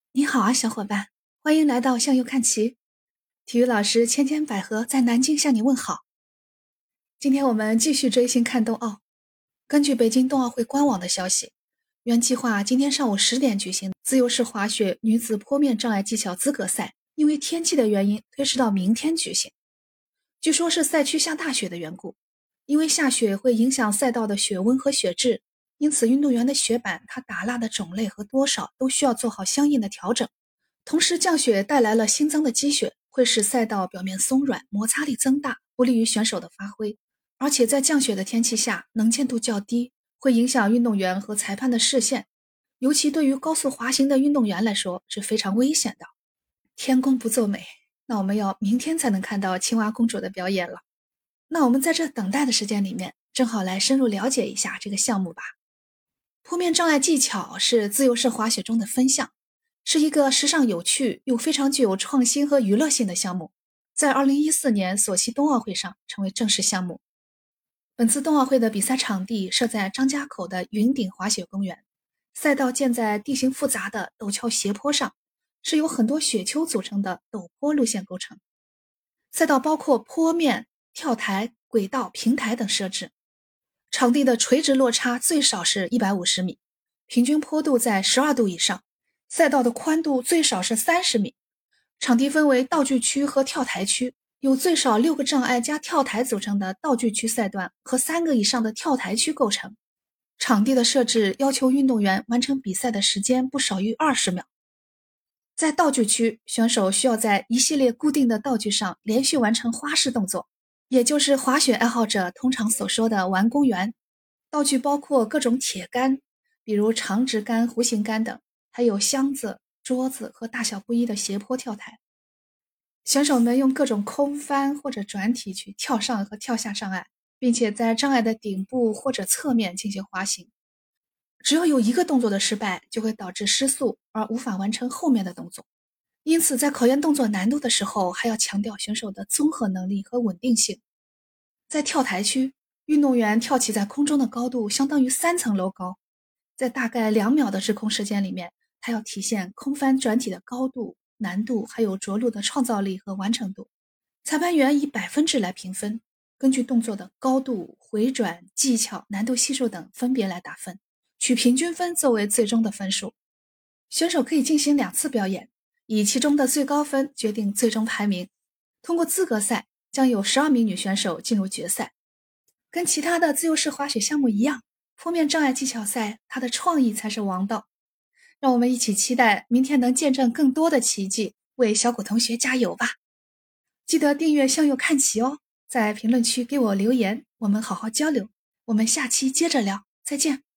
你好啊，小伙伴，欢迎来到向右看齐。体育老师千千百合在南京向你问好。今天我们继续追星看冬奥。根据北京冬奥会官网的消息，原计划今天上午10点举行自由式滑雪女子坡面障碍技巧资格赛，因为天气的原因推迟到明天举行。据说是赛区下大雪的缘故，因为下雪会影响赛道的雪温和雪质，因此运动员的雪板它打蜡的种类和多少都需要做好相应的调整。同时降雪带来了新增的积雪，会使赛道表面松软，摩擦力增大，不利于选手的发挥。而且在降雪的天气下，能见度较低，会影响运动员和裁判的视线，尤其对于高速滑行的运动员来说是非常危险的。天公不作美，那我们要明天才能看到青蛙公主的表演了。那我们在这等待的时间里面，正好来深入了解一下这个项目吧。坡面障碍技巧是自由式滑雪中的分项，是一个时尚有趣又非常具有创新和娱乐性的项目，在2014年索契冬奥会上成为正式项目。本次冬奥会的比赛场地设在张家口的云顶滑雪公园，赛道建在地形复杂的陡峭斜坡上，是由很多雪丘组成的陡坡路线构成。赛道包括坡面、跳台、轨道、平台等设置，场地的垂直落差最少是150米，平均坡度在12度以上，赛道的宽度最少是30米。场地分为道具区和跳台区，有最少6个障碍加跳台组成的道具区赛段和3个以上的跳台区构成。场地的设置要求运动员完成比赛的时间不少于20秒。在道具区，选手需要在一系列固定的道具上连续完成花式动作，也就是滑雪爱好者通常所说的玩公园。道具包括各种铁杆，比如长直杆、弧形杆等，还有箱子、桌子和大小不一的斜坡跳台。选手们用各种空翻或者转体去跳上和跳下障碍，并且在障碍的顶部或者侧面进行滑行。只要有一个动作的失败，就会导致失速而无法完成后面的动作。因此在考验动作难度的时候，还要强调选手的综合能力和稳定性。在跳台区，运动员跳起在空中的高度相当于3层楼高，在大概2秒的滞空时间里面，他要体现空翻转体的高度、难度还有着陆的创造力和完成度。裁判员以百分制来评分，根据动作的高度、回转、技巧、难度系数等分别来打分，取平均分作为最终的分数。选手可以进行2次表演，以其中的最高分决定最终排名。通过资格赛，将有12名女选手进入决赛。跟其他的自由式滑雪项目一样，坡面障碍技巧赛它的创意才是王道。让我们一起期待明天能见证更多的奇迹，为小谷同学加油吧！记得订阅向右看齐哦，在评论区给我留言，我们好好交流。我们下期接着聊，再见。